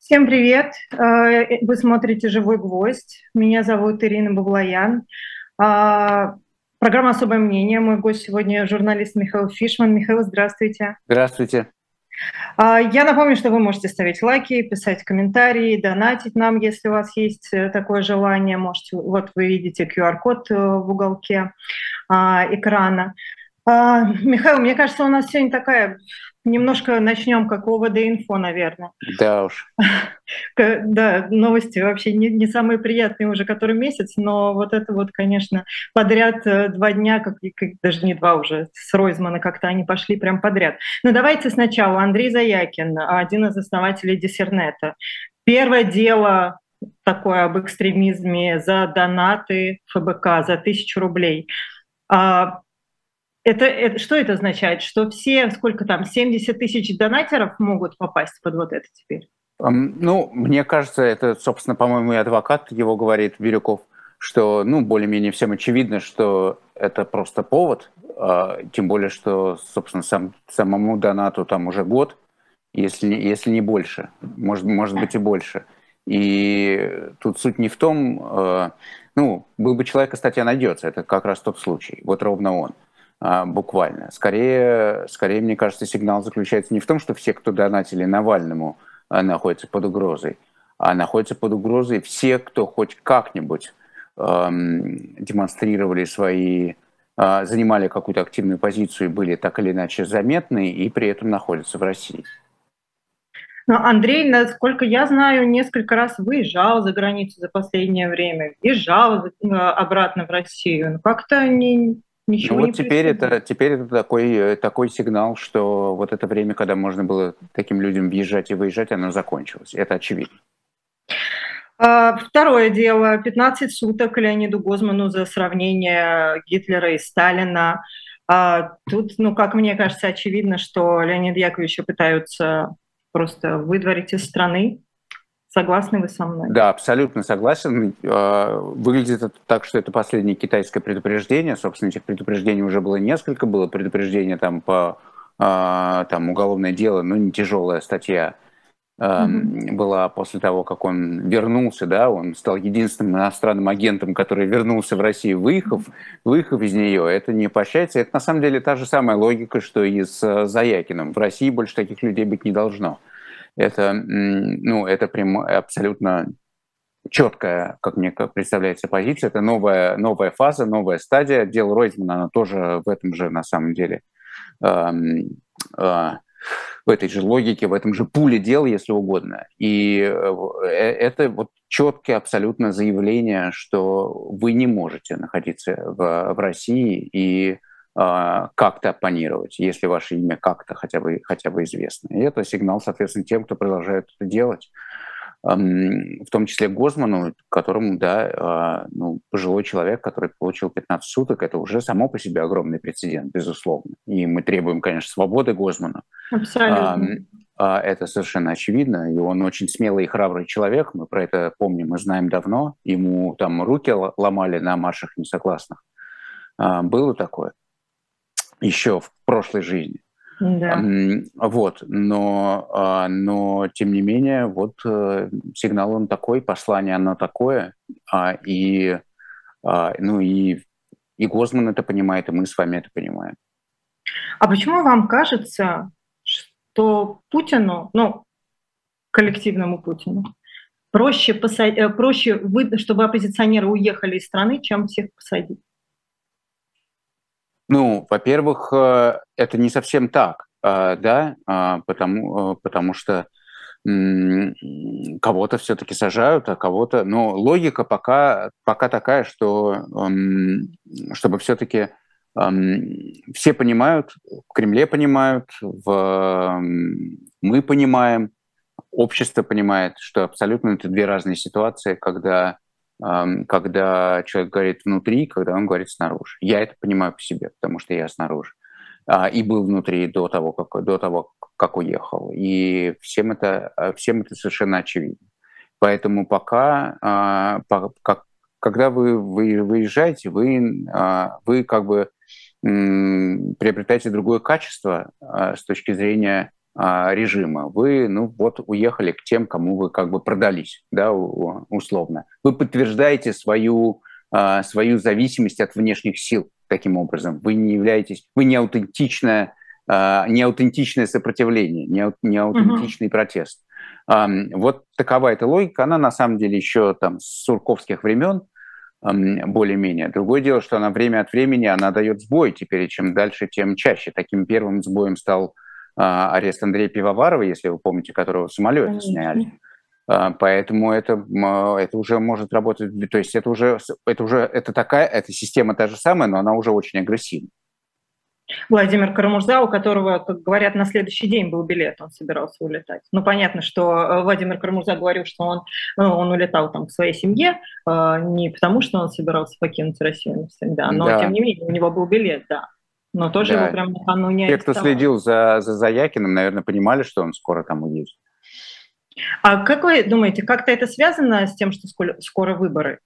Всем привет! Вы смотрите «Живой гвоздь». Меня зовут Ирина Баблоян. А, Программа «Особое мнение». Мой гость сегодня журналист Михаил Фишман. Михаил, здравствуйте. Здравствуйте. Я напомню, что вы можете ставить лайки, писать комментарии, донатить нам, если у вас есть такое желание. Можете, вот вы видите QR-код в уголке экрана. Михаил, мне кажется, у нас сегодня такая, немножко начнем как ОВД-инфо, наверное. Да уж. Да, новости вообще не самые приятные уже который месяц, но вот это вот, конечно, подряд 2 дня, даже не два уже, с Ройзмана как-то они пошли прям подряд. Но давайте сначала. Андрей Заякин, один из основателей Диссернета. Первое дело такое об экстремизме за донаты ФБК, за 1000 рублей. Что это означает? Что все, сколько там, 70 тысяч донатеров могут попасть под вот это теперь? Ну, мне кажется, это, собственно, по-моему, и адвокат его говорит, Бирюков, что, ну, более-менее всем очевидно, что это просто повод, тем более, что, собственно, самому донату там уже год, если не больше, может быть и больше. И тут суть не в том, ну, был бы человек, и статья найдется, это как раз тот случай, вот ровно он. Буквально. Скорее, мне кажется, сигнал заключается не в том, что все, кто донатили Навальному, находятся под угрозой, а находятся под угрозой все, кто хоть как-нибудь демонстрировали занимали какую-то активную позицию и были так или иначе заметны, и при этом находятся в России. Но Андрей, насколько я знаю, несколько раз выезжал за границу за последнее время, въезжал обратно в Россию. Но как-то Ну ничего не вот происходит. теперь это такой сигнал, что вот это время, когда можно было таким людям въезжать и выезжать, оно закончилось. Это очевидно. Второе дело. 15 суток Леониду Гозману за сравнение Гитлера и Сталина. Тут, ну, как мне кажется, очевидно, что Леонида Яковлевича пытаются просто выдворить из страны. Согласны вы со мной? Да, абсолютно согласен. Выглядит это так, что это последнее китайское предупреждение. Собственно, этих предупреждений уже было несколько. Было предупреждение там по там, уголовное дело, но не тяжелая статья была после того, как он вернулся, да, он стал единственным иностранным агентом, который вернулся в Россию, выехав из нее. Это не прощается. Это на самом деле та же самая логика, что и с Заякиным. В России больше таких людей быть не должно. Это, ну, это прям абсолютно четкая, как мне представляется, позиция. Это новая фаза, новая стадия. Дело Ройзмана, оно тоже в этом же, на самом деле, в этой же логике, в этом же пуле дел, если угодно. И это вот четкое абсолютно заявление, что вы не можете находиться в России и как-то оппонировать, если ваше имя как-то хотя бы известно. И это сигнал, соответственно, тем, кто продолжает это делать. В том числе Гозману, которому, да, ну, пожилой человек, который получил 15 суток, это уже само по себе огромный прецедент, безусловно. И мы требуем, конечно, свободы Гозмана. Абсолютно. Это совершенно очевидно. И он очень смелый и храбрый человек, мы про это помним и знаем давно. Ему там руки ломали на маршах несогласных. Было такое еще в прошлой жизни. Да. Вот, но тем не менее, вот сигнал он такой, послание оно такое, ну и Гозман это понимает, и мы с вами это понимаем. А почему вам кажется, что Путину, ну, коллективному Путину, проще, чтобы оппозиционеры уехали из страны, чем всех посадить? Ну, во-первых, это не совсем так, да, потому что кого-то все-таки сажают, а кого-то... Но логика пока такая, что чтобы все-таки все понимают, в Кремле понимают, мы понимаем, общество понимает, что абсолютно это две разные ситуации, когда человек говорит внутри, когда он говорит снаружи. Я это понимаю по себе, потому что я снаружи. И был внутри до того, как уехал. И всем это совершенно очевидно. Поэтому когда вы выезжаете, вы как бы приобретаете другое качество с точки зрения режима. Вы, ну вот, уехали к тем, кому вы как бы продались, да, условно. Вы подтверждаете свою зависимость от внешних сил таким образом. Вы не являетесь, вы не аутентичное сопротивление, не аутентичный протест. Вот такова эта логика. Она на самом деле еще там с сурковских времен более-менее. Другое дело, что она время от времени она дает сбой. Теперь и чем дальше, тем чаще. Таким первым сбоем стал арест Андрея Пивоварова, если вы помните, которого в самолете сняли. Поэтому это уже может работать, то есть эта система та же самая, но она уже очень агрессивна. Владимир Карамурза, у которого, как говорят, на следующий день был билет, он собирался улетать. Ну, понятно, что Владимир Карамурза говорил, что он улетал там к своей семье, не потому что он собирался покинуть Россию навсегда, но, тем не менее, у него был билет, да. Но тоже его прям накануне арестовали. Те, кто следил за Заякиным, наверное, понимали, что он скоро там уедет. А как вы думаете, как-то это связано с тем, что скоро выборы?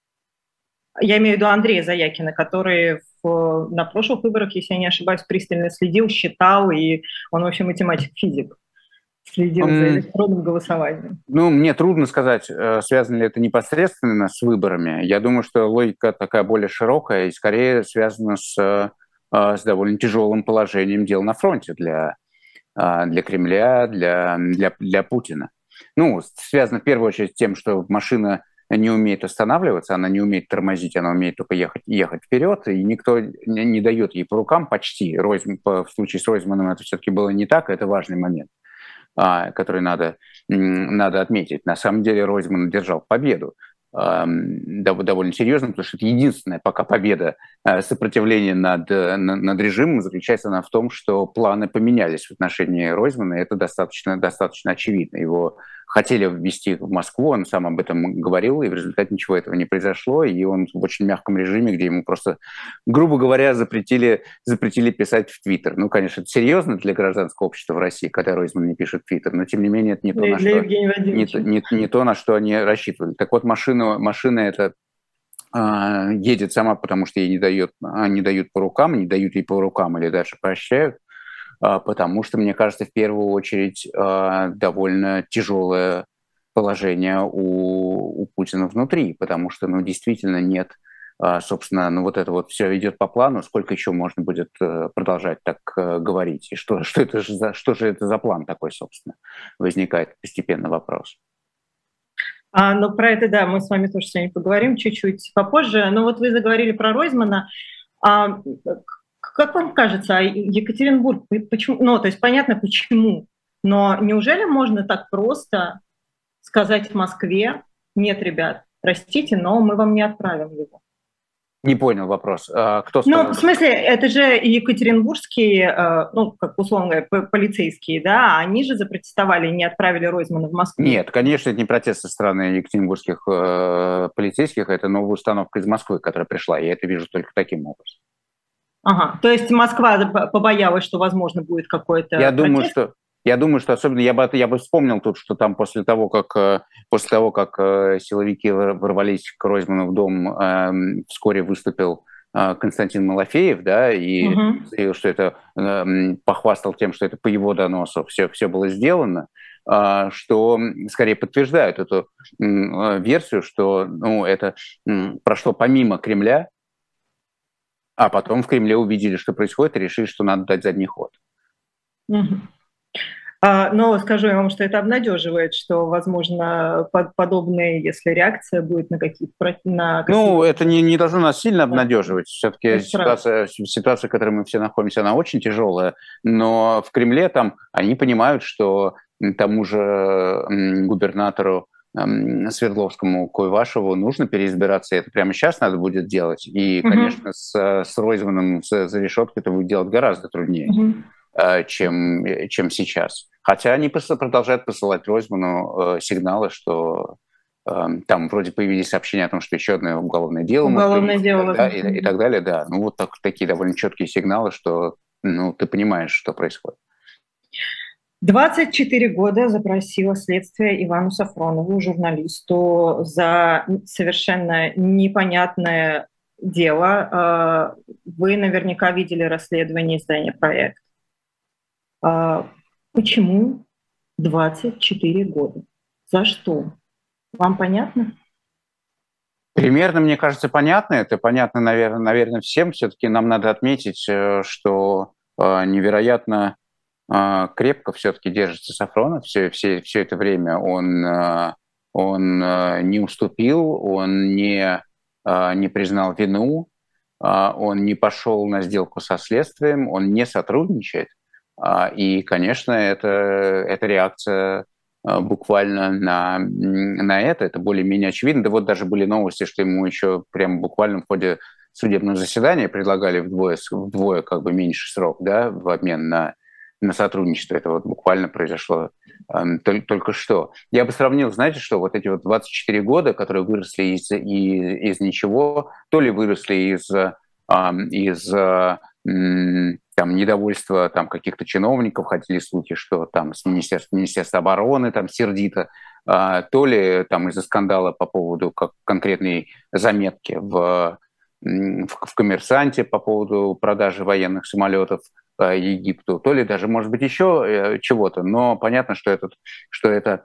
Я имею в виду Андрея Заякина, который на прошлых выборах, если я не ошибаюсь, пристально следил, считал, и он вообще математик-физик, следил за электронным голосованием. Ну, мне трудно сказать, связано ли это непосредственно с выборами. Я думаю, что логика такая более широкая и скорее связана с довольно тяжелым положением дел на фронте для Кремля, для Путина. Ну, связано в первую очередь с тем, что машина не умеет останавливаться, она не умеет тормозить, она умеет только ехать вперед, и никто не дает ей по рукам почти. В случае с Ройзманом это все-таки было не так, это важный момент, который надо отметить. На самом деле Ройзман одержал победу, довольно серьезно, потому что это единственная пока победа сопротивления над режимом. Заключается она в том, что планы поменялись в отношении Ройзмана, и это достаточно очевидно. Его хотели ввести в Москву, он сам об этом говорил, и в результате ничего этого не произошло, и он в очень мягком режиме, где ему просто, грубо говоря, запретили писать в Твиттер. Ну, конечно, это серьезно для гражданского общества в России, когда Ройзман не пишет в Твиттер, но, тем не менее, это не то, на что они рассчитывали. Так вот, машина эта едет сама, потому что ей не дают по рукам, не дают ей по рукам или даже прощают, потому что, мне кажется, в первую очередь довольно тяжелое положение у Путина внутри, потому что, ну, действительно нет, собственно, ну, вот это вот все идет по плану, сколько еще можно будет продолжать так говорить, и что же это за план такой, собственно, возникает постепенно вопрос. Ну, про это, да, мы с вами тоже сегодня поговорим чуть-чуть попозже. Но вот вы заговорили про Ройзмана. Как вам кажется, Екатеринбург, почему? Ну, то есть понятно, почему. Но неужели можно так просто сказать в Москве: нет, ребят, простите, но мы вам не отправим его? Не понял вопрос. Кто сказал? Ну, в смысле, это же екатеринбургские, ну, как условно, полицейские, да, они же запротестовали и не отправили Ройзмана в Москву. Нет, конечно, это не протест со стороны екатеринбургских полицейских, это новая установка из Москвы, которая пришла, я это вижу только таким образом. Ага, то есть Москва побоялась, что, возможно, будет какой-то протест? Я думаю, что особенно я бы вспомнил тут, что там после того, как силовики ворвались к Ройзману в дом, вскоре выступил Константин Малафеев, да, и заявил, что это похвастал тем, что это по его доносу все было сделано, что скорее подтверждают эту версию, что, ну, это прошло помимо Кремля, а потом в Кремле увидели, что происходит, и решили, что надо дать задний ход. Но скажу я вам, что это обнадеживает, что, возможно, подобная, если реакция будет на какие-то... Ну, это не должно нас сильно обнадеживать. Все-таки ситуация, в которой мы все находимся, она очень тяжелая. Но в Кремле там они понимают, что тому же губернатору Свердловскому Куйвашеву нужно переизбираться, и это прямо сейчас надо будет делать. И, конечно, с Ройзманом за решеткой это будет делать гораздо труднее, чем сейчас. Хотя они продолжают посылать Ройзману сигналы, что там вроде появились сообщения о том, что еще одно уголовное дело. И так далее, да. Ну, вот такие довольно четкие сигналы, что, ну, ты понимаешь, что происходит. 24 года запросило следствие Ивану Сафронову, журналисту, за совершенно непонятное дело. Вы наверняка видели расследование издания «Проект». Почему 24 года? За что? Вам понятно? Примерно, мне кажется, понятно. Это понятно, наверное, всем. Все-таки нам надо отметить, что невероятно крепко все-таки держится Сафронов. Все это время он не уступил, он не признал вину, он не пошел на сделку со следствием, он не сотрудничает. И, конечно, это реакция буквально на это более-менее очевидно. Да вот даже были новости, что ему еще прямо буквально в ходе судебного заседания предлагали вдвое как бы меньше срок, да, в обмен на сотрудничество. Это вот буквально произошло только что. Я бы сравнил, знаете что, вот эти вот 24 года, которые выросли из ничего, то ли выросли из там, недовольства там, каких-то чиновников, ходили слухи, что там с Министерства обороны там сердито, то ли там из-за скандала по поводу конкретной заметки в «Коммерсанте» по поводу продажи военных самолетов Египту, то ли даже, может быть, еще чего-то, но понятно, что это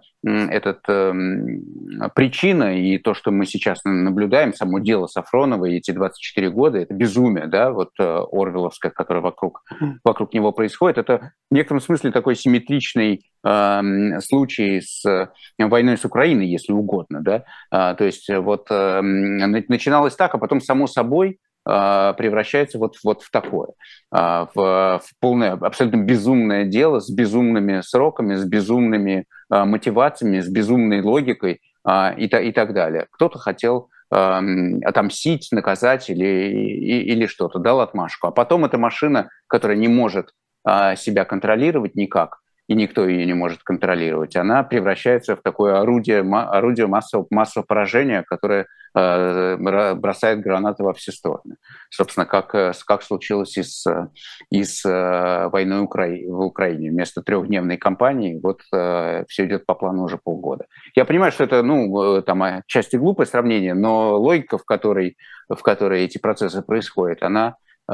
причина и то, что мы сейчас наблюдаем, само дело Сафронова и эти 24 года, это безумие, да, вот орвелловское, которое вокруг него происходит, это в некотором смысле такой симметричный случай с войной с Украиной, если угодно, да, то есть вот начиналось так, а потом само собой превращается вот в такое, в полное, абсолютно безумное дело с безумными сроками, с безумными мотивациями, с безумной логикой и так далее. Кто-то хотел отомстить, наказать или что-то, дал отмашку. А потом эта машина, которая не может себя контролировать никак, и никто ее не может контролировать, она превращается в такое орудие массового поражения, которое бросает гранаты во все стороны. Собственно, как случилось и с войной в Украине. Вместо трехдневной кампании вот все идет по плану уже полгода. Я понимаю, что это, там, отчасти глупое сравнение, но логика, в которой эти процессы происходят, она,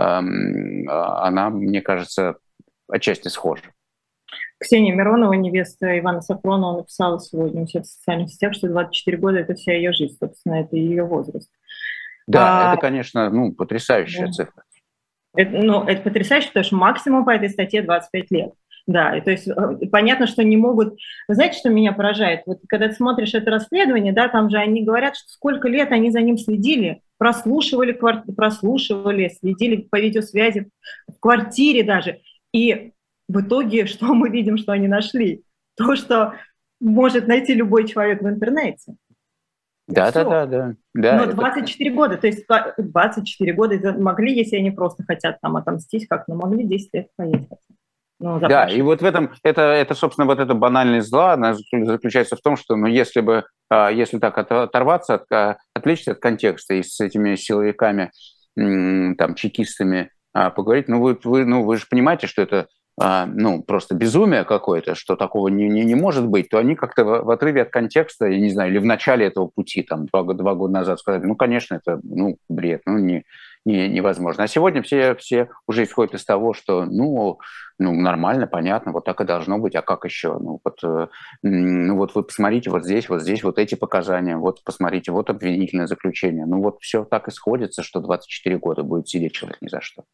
мне кажется, отчасти схожа. Ксения Миронова, невеста Ивана Сафронова, написала сегодня у себя в социальных сетях, что 24 года – это вся ее жизнь, собственно, это ее возраст. Да, это, конечно, потрясающая цифра. Это потрясающе, потому что максимум по этой статье 25 лет. Да, и то есть понятно, что не могут... Вы знаете, что меня поражает? Вот когда ты смотришь это расследование, да, там же они говорят, что сколько лет они за ним следили, прослушивали, следили по видеосвязи, в квартире даже. И в итоге что мы видим, что они нашли? То, что может найти любой человек в интернете. Да. Но 24 года, то есть 24 года могли, если они просто хотят там отомстить, но могли 10 лет поехать. Да, и вот в этом, это, собственно, вот эта банальность зла, она заключается в том, что, если так оторваться, отвлечься от контекста и с этими силовиками, там, чекистами поговорить, вы же понимаете, что это просто безумие какое-то, что такого не может быть, то они как-то в отрыве от контекста, я не знаю, или в начале этого пути, там, 2 года назад сказали, конечно, это, бред, невозможно. А сегодня все уже исходят из того, что, нормально, понятно, вот так и должно быть, а как еще? Вот вы посмотрите, вот здесь вот эти показания, вот посмотрите, вот обвинительное заключение. Вот все так и сходится, что 24 года будет сидеть человек ни за что.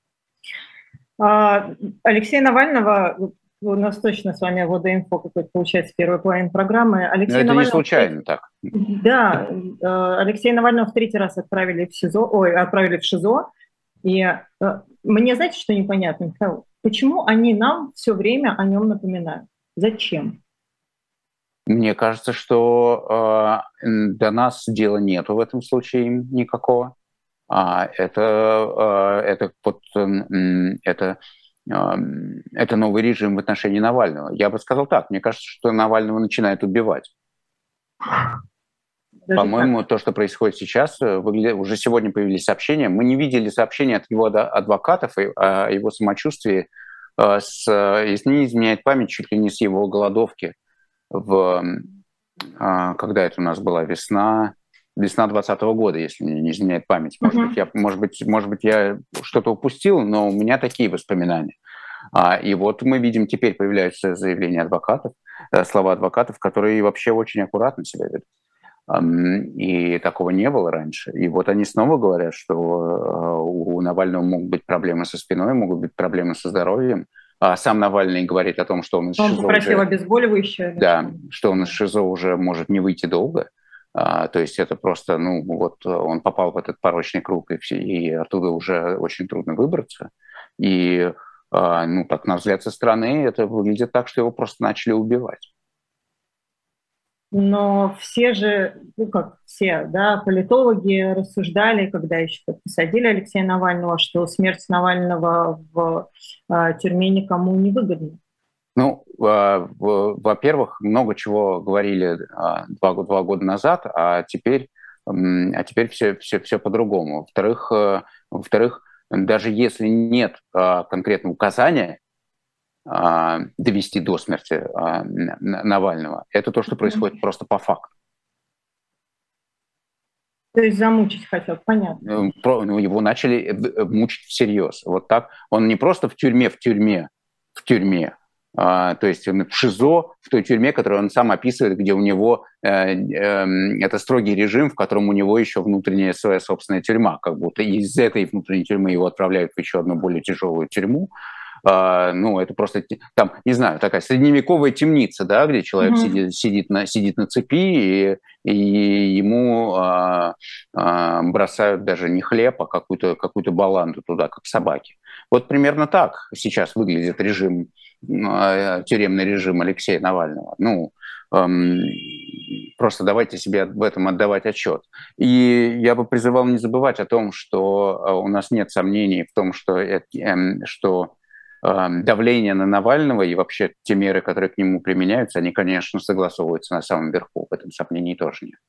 Алексея Навального, у нас точно с вами ВОД-инфо какой-то получается первый половина программы. Это не случайно так. Да, Алексея Навального в 3-й раз отправили в ШИЗО. И мне, знаете, что непонятно, Михаил? Почему они нам все время о нем напоминают? Зачем? Мне кажется, что до нас дела нету в этом случае никакого. Это новый режим в отношении Навального. Я бы сказал так, мне кажется, что Навального начинают убивать. По-моему, то, что происходит сейчас, уже сегодня появились сообщения. Мы не видели сообщения от его адвокатов о его самочувствии, если не изменяет память, чуть ли не с его голодовки. Когда это у нас была весна 2020 года, если не изменяет память. Может быть, я что-то упустил, но у меня такие воспоминания. И вот мы видим, теперь появляются заявления адвокатов, слова адвокатов, которые вообще очень аккуратно себя ведут. И такого не было раньше. И вот они снова говорят, что у Навального могут быть проблемы со спиной, могут быть проблемы со здоровьем. Сам Навальный говорит о том, что он из ШИЗО Он попросил обезболивающее. Да, что он из ШИЗО уже может не выйти долго. То есть это просто, ну вот он попал в этот порочный круг, и оттуда уже очень трудно выбраться. И, ну так, на взгляд со стороны, это выглядит так, что его просто начали убивать. Но все же, ну как все, да, политологи рассуждали, когда еще посадили Алексея Навального, что смерть Навального в тюрьме никому не выгодна. Ну, во-первых, много чего говорили 2 года назад, а теперь все по-другому. Во-вторых, даже если нет конкретного указания довести до смерти Навального, это то, что происходит просто по факту. То есть замучить хотят, понятно. Его начали мучить всерьез. Вот так. Он не просто в тюрьме, то есть он в ШИЗО, в той тюрьме, которую он сам описывает, где у него это строгий режим, в котором у него еще внутренняя своя собственная тюрьма, как будто из этой внутренней тюрьмы его отправляют в еще одну более тяжелую тюрьму. Ну, это просто, там, не знаю, такая средневековая темница, да, где человек сидит на цепи, и ему бросают даже не хлеб, а какую-то баланду туда, как собаки. Вот примерно так сейчас выглядит режим, тюремный режим Алексея Навального. Ну, просто давайте себе в этом отдавать отчет. И я бы призывал не забывать о том, что у нас нет сомнений в том, что давление на Навального и вообще те меры, которые к нему применяются, они, конечно, согласовываются на самом верху. В этом сомнений тоже нет.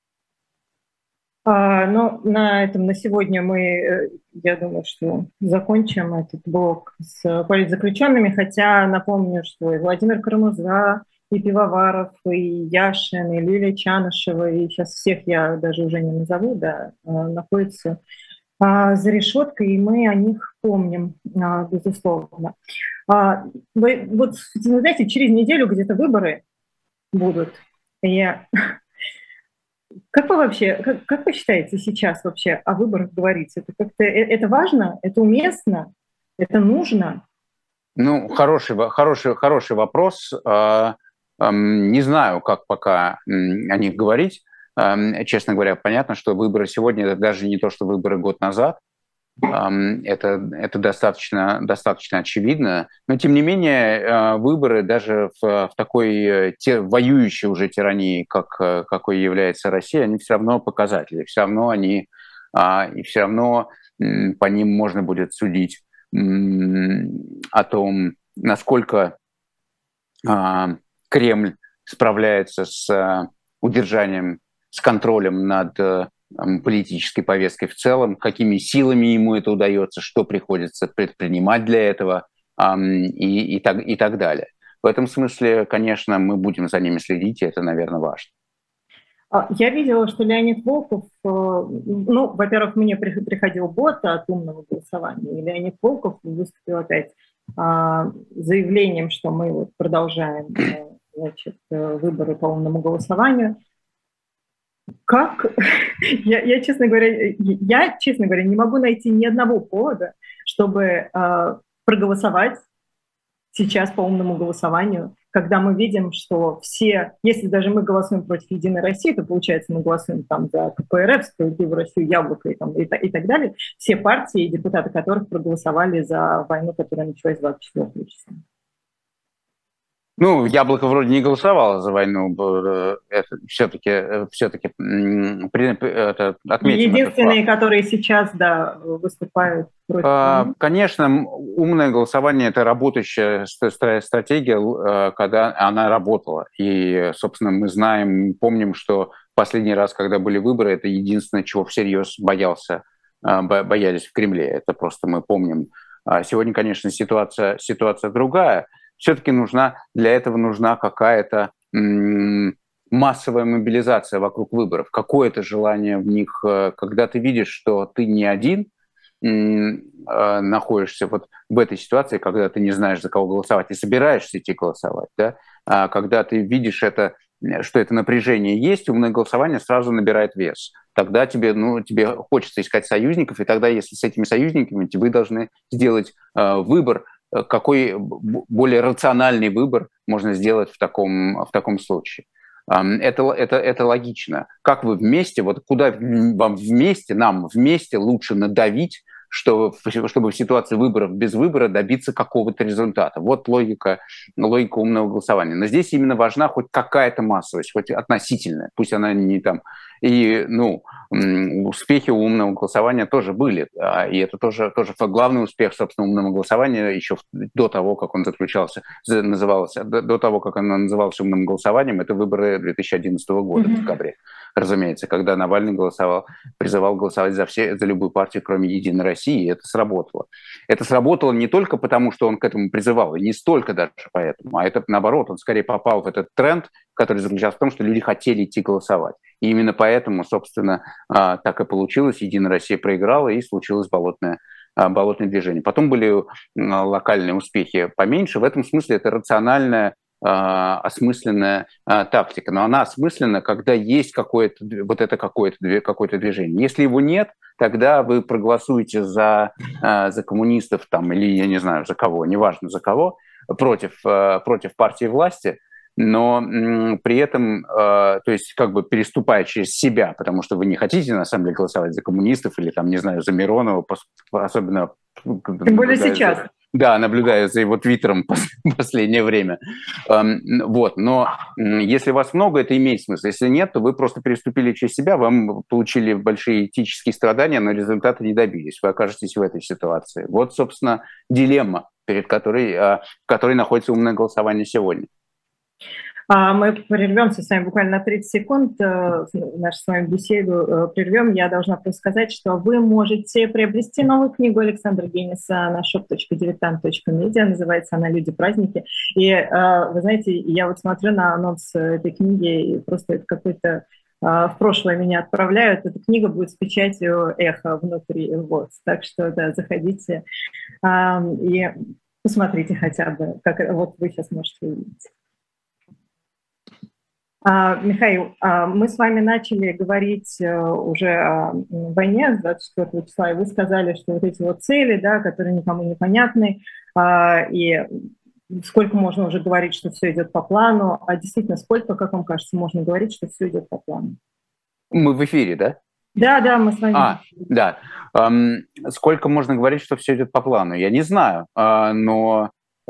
Ну, на этом на сегодня мы, я думаю, что закончим этот блок с политзаключенными, хотя напомню, что и Владимир Карамурза, и Пивоваров, и Яшин, и Лилия Чанышева, и сейчас всех я даже уже не назову, да, находятся за решеткой, и мы о них помним, безусловно. Вот, знаете, через неделю где-то выборы будут. Как вы вообще, как вы считаете сейчас вообще о выборах говорить? Это как-то это важно, это уместно, это нужно? Ну, хороший вопрос. Не знаю, как пока о них говорить. Честно говоря, понятно, что выборы сегодня – это даже не то, что выборы год назад. Это достаточно очевидно. Но, тем не менее, выборы даже в такой воюющей уже тирании, какой является Россия, они все равно показатели. Все равно по ним можно будет судить о том, насколько Кремль справляется с удержанием, с контролем над политической повесткой в целом, какими силами ему это удается, что приходится предпринимать для этого и так далее. В этом смысле, конечно, мы будем за ними следить, и это, наверное, важно. Я видела, что Леонид Волков, ну, во-первых, мне приходил бот от умного голосования, и Леонид Волков выступил опять заявлением, что мы вот продолжаем, значит, выборы по умному голосованию. Как? Я, честно говоря, не могу найти ни одного повода, чтобы проголосовать сейчас по умному голосованию, когда мы видим, что все, если даже мы голосуем против «Единой России», то, получается, мы голосуем там за КПРФ, «Справедливую Россию», «Яблоко» и так далее, все партии и депутаты которых проголосовали за войну, которая началась 24 числа. Ну, Яблоко вроде не голосовало за войну, это все-таки отметим. Единственные, которые сейчас, да, выступают против. Конечно, умное голосование – это работающая стратегия, когда она работала. И, собственно, мы знаем, помним, что последний раз, когда были выборы, это единственное, чего всерьез боялись в Кремле. Это просто мы помним. Сегодня, конечно, ситуация другая. Все-таки для этого нужна какая-то массовая мобилизация вокруг выборов, какое-то желание в них, когда ты видишь, что ты не один, находишься вот в этой ситуации, когда ты не знаешь, за кого голосовать, и собираешься идти голосовать, да, когда ты видишь это, что это напряжение есть, умное голосование сразу набирает вес. Тогда тебе хочется искать союзников, и тогда, если с этими союзниками, вы должны сделать выбор, какой более рациональный выбор можно сделать в таком случае. Это логично. Как вы вместе, вот куда вам вместе, нам вместе лучше надавить, чтобы в ситуации выборов без выбора добиться какого-то результата. Вот логика умного голосования. Но здесь именно важна хоть какая-то массовость, хоть относительная, пусть она не там. И, успехи умного голосования тоже были. И это тоже главный успех, собственно, умного голосования еще до того, как он назывался умным голосованием, это выборы 2011 года в декабре. Разумеется, когда Навальный призывал голосовать за любую партию, кроме «Единой России», и это сработало. Это сработало не только потому, что он к этому призывал, и не столько даже поэтому, а это, наоборот, он скорее попал в этот тренд, который заключался в том, что люди хотели идти голосовать. И именно поэтому, собственно, так и получилось. «Единая Россия» проиграла, и случилось болотное движение. Потом были локальные успехи поменьше. В этом смысле это рациональная, осмысленная тактика. Но она осмысленна, когда есть какое-то движение. Если его нет, тогда вы проголосуете за коммунистов там, или, я не знаю, за кого, неважно за кого, против партии власти, но при этом, то есть как бы переступая через себя, потому что вы не хотите, на самом деле, голосовать за коммунистов или, там, не знаю, за Миронова, особенно... Тем более сейчас. Да, наблюдаю за его твиттером в последнее время. Вот. Но если вас много, это имеет смысл. Если нет, то вы просто переступили через себя, вам получили большие этические страдания, но результата не добились. Вы окажетесь в этой ситуации. Вот, собственно, дилемма, в которой находится умное голосование сегодня. Мы прервемся с вами буквально на 30 секунд, нашу с вами беседу прервем. Я должна просто сказать, что вы можете приобрести новую книгу Александра Гениса на shop.diletant.media, называется она «Люди, праздники». И вы знаете, я вот смотрю на анонс этой книги, и просто это какой-то в прошлое меня отправляют. Эта книга будет с печатью «Эхо» внутри. Вот. Так что, да, заходите и посмотрите хотя бы, как вот вы сейчас можете увидеть. Михаил, мы с вами начали говорить уже о войне с 24 числа, и вы сказали, что вот эти вот цели, да, которые никому не понятны, и сколько можно уже говорить, что все идет по плану, а действительно сколько, как вам кажется, можно говорить, что все идет по плану? Мы в эфире, да? Да, мы с вами. Да. Сколько можно говорить, что все идет по плану? Я не знаю, но...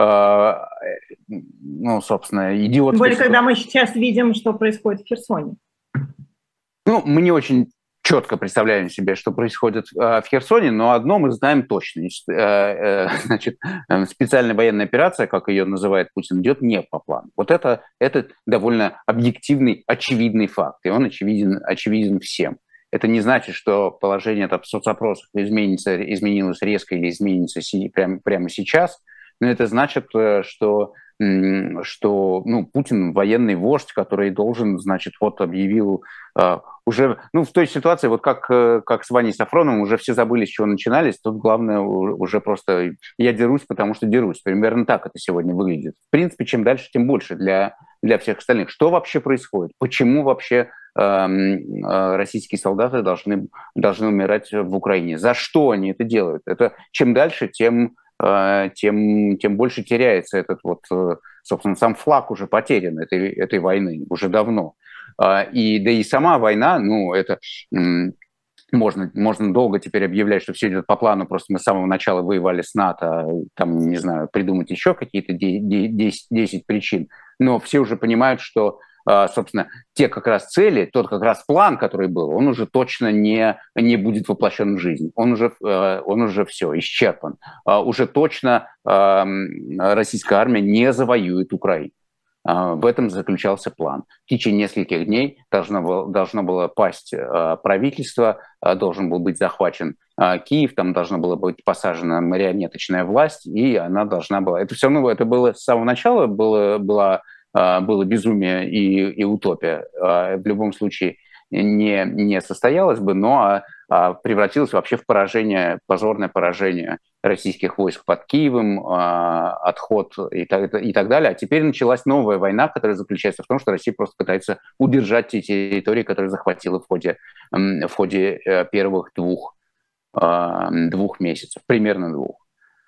собственно, идиотская... Тем более, когда мы сейчас видим, что происходит в Херсоне. Мы не очень четко представляем себе, что происходит в Херсоне, но одно мы знаем точно. Значит, специальная военная операция, как ее называет Путин, идет не по плану. Вот это довольно объективный, очевидный факт, и он очевиден всем. Это не значит, что положение в соцопросах изменилось резко или изменится прямо сейчас, но это значит, что Путин военный вождь, который должен, объявил уже, в той ситуации, вот как с Ваней Сафроновым, уже все забыли, с чего начинались, тут главное уже просто я дерусь, потому что дерусь. Примерно так это сегодня выглядит. В принципе, чем дальше, тем больше для всех остальных. Что вообще происходит? Почему вообще российские солдаты должны умирать в Украине? За что они это делают? Это чем дальше, тем больше теряется этот собственно, сам флаг уже потерян этой войны уже давно. И сама война, это можно долго теперь объявлять, что все идет по плану, просто мы с самого начала воевали с НАТО, там, не знаю, придумать еще какие-то 10 причин, но все уже понимают, что собственно, те как раз цели, тот как раз план, который был, он уже точно не будет воплощен в жизнь. Он уже все, исчерпан. Уже точно российская армия не завоюет Украину. В этом заключался план. В течение нескольких дней должно было пасть правительство, должен был быть захвачен Киев, там должна была быть посажена марионеточная власть, и она должна была... Это все равно, это было с самого начала, было безумие и утопия. В любом случае, не состоялось бы, но превратилось вообще в поражение, позорное поражение российских войск под Киевом, отход и так далее. А теперь началась новая война, которая заключается в том, что Россия просто пытается удержать те территории, которые захватила в ходе первых двух месяцев, примерно двух.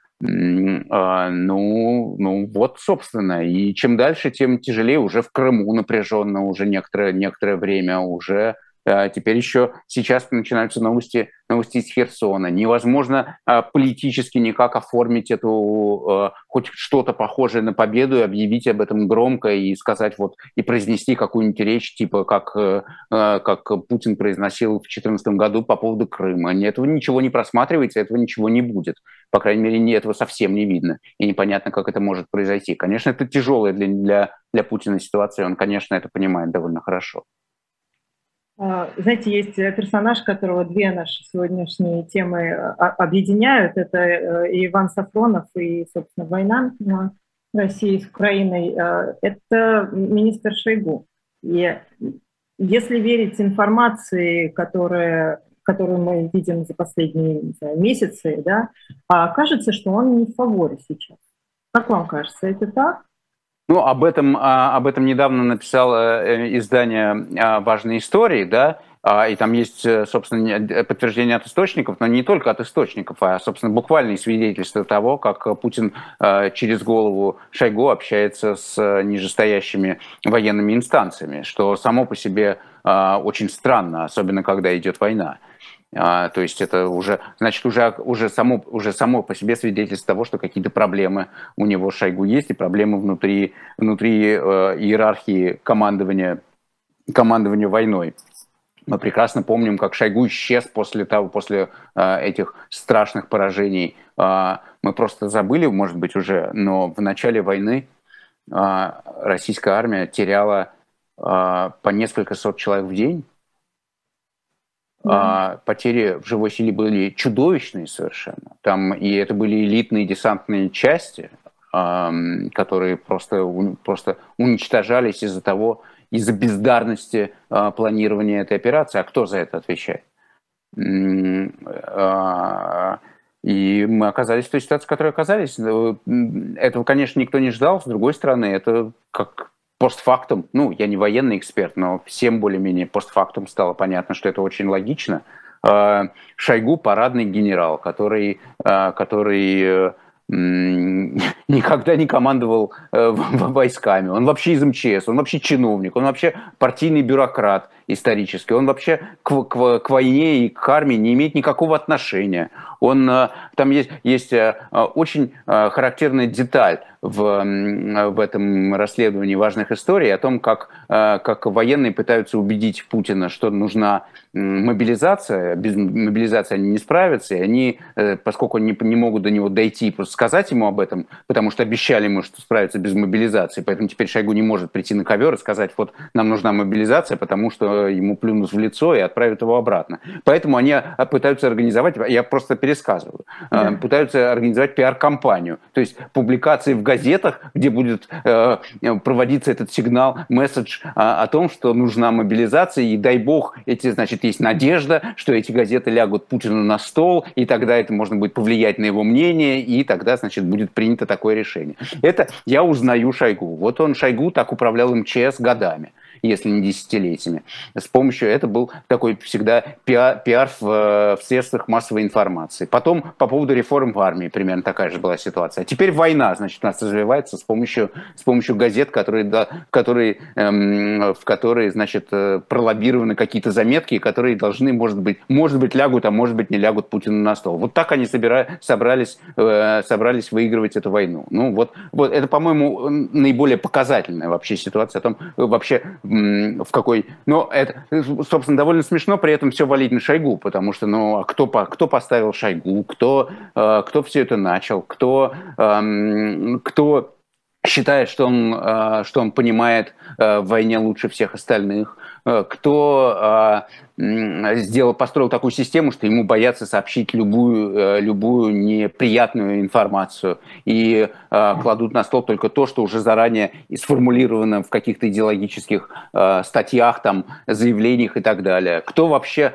Ну вот, собственно, и чем дальше, тем тяжелее. Уже в Крыму напряженно, уже некоторое время, уже теперь еще сейчас начинаются новости из Херсона. Невозможно политически никак оформить эту хоть что-то похожее на победу и объявить об этом громко и сказать вот и произнести какую-нибудь речь, типа как Путин произносил в 2014 году по поводу Крыма. Этого ничего не просматривается, этого ничего не будет. По крайней мере, этого совсем не видно. И непонятно, как это может произойти. Конечно, это тяжелая для Путина ситуация, он, конечно, это понимает довольно хорошо. Знаете, есть персонаж, которого две наши сегодняшние темы объединяют. Это и Иван Сафронов, и, собственно, война России с Украиной. Это министр Шойгу. И если верить информации, которую мы видим за последние месяцы, да, кажется, что он не в фаворе сейчас. Как вам кажется, это так? Ну, об этом недавно написало издание «Важные истории», да, и там есть, собственно, подтверждение от источников, но не только от источников, а, собственно, буквальные свидетельства того, как Путин через голову Шойгу общается с нижестоящими военными инстанциями, что само по себе очень странно, особенно когда идет война. То есть это уже, значит, уже само по себе свидетельство того, что какие-то проблемы у него Шойгу есть, и проблемы внутри иерархии командования войной. Мы прекрасно помним, как Шойгу исчез после этих страшных поражений. Мы просто забыли, может быть, уже, но в начале войны российская армия теряла по несколько сот человек в день. Потери в живой силе были чудовищные совершенно. Там, и это были элитные десантные части, которые просто уничтожались из-за бездарности планирования этой операции. А кто за это отвечает? И мы оказались в той ситуации, в которой оказались. Этого, конечно, никто не ждал. С другой стороны, это как постфактум, ну, я не военный эксперт, но всем более-менее постфактум стало понятно, что это очень логично. Шойгу – парадный генерал, который никогда не командовал войсками. Он вообще из МЧС, он вообще чиновник, он вообще партийный бюрократ исторически. Он вообще к войне и к армии не имеет никакого отношения. Там есть очень характерная деталь в этом расследовании важных историй о том, как военные пытаются убедить Путина, что нужна мобилизация. Без мобилизации они не справятся, и они, поскольку они не могут до него дойти, просто сказать ему об этом, потому что обещали ему, что справятся без мобилизации, поэтому теперь Шойгу не может прийти на ковер и сказать, вот нам нужна мобилизация, потому что ему плюнут в лицо и отправят его обратно. Поэтому они пытаются организовать, я просто пересказываю, пытаются организовать пиар-компанию, то есть публикации в газетах, где будет проводиться этот сигнал, месседж о том, что нужна мобилизация, и дай бог, значит, есть надежда, что эти газеты лягут Путину на стол, и тогда это можно будет повлиять на его мнение, и тогда, значит, будет принято такое решение. Это я узнаю Шойгу. Вот он, Шойгу, так управлял МЧС годами, если не десятилетиями. Это был такой всегда пиар в средствах массовой информации. Потом по поводу реформ в армии примерно такая же была ситуация. А теперь война, значит, у нас развивается с помощью газет, в которые, значит, пролоббированы какие-то заметки, которые должны, может быть, лягут, а может быть, не лягут Путину на стол. Вот так они собрались выигрывать эту войну. Ну, вот это, по-моему, наиболее показательная вообще ситуация о том, вообще в какой... Но это, собственно, довольно смешно при этом все валить на Шойгу, потому что, а кто поставил Шойгу, кто все это начал, кто считает, что он понимает в войне лучше всех остальных. кто построил такую систему, что ему боятся сообщить любую неприятную информацию и кладут на стол только то, что уже заранее сформулировано в каких-то идеологических статьях, там, заявлениях и так далее. Кто вообще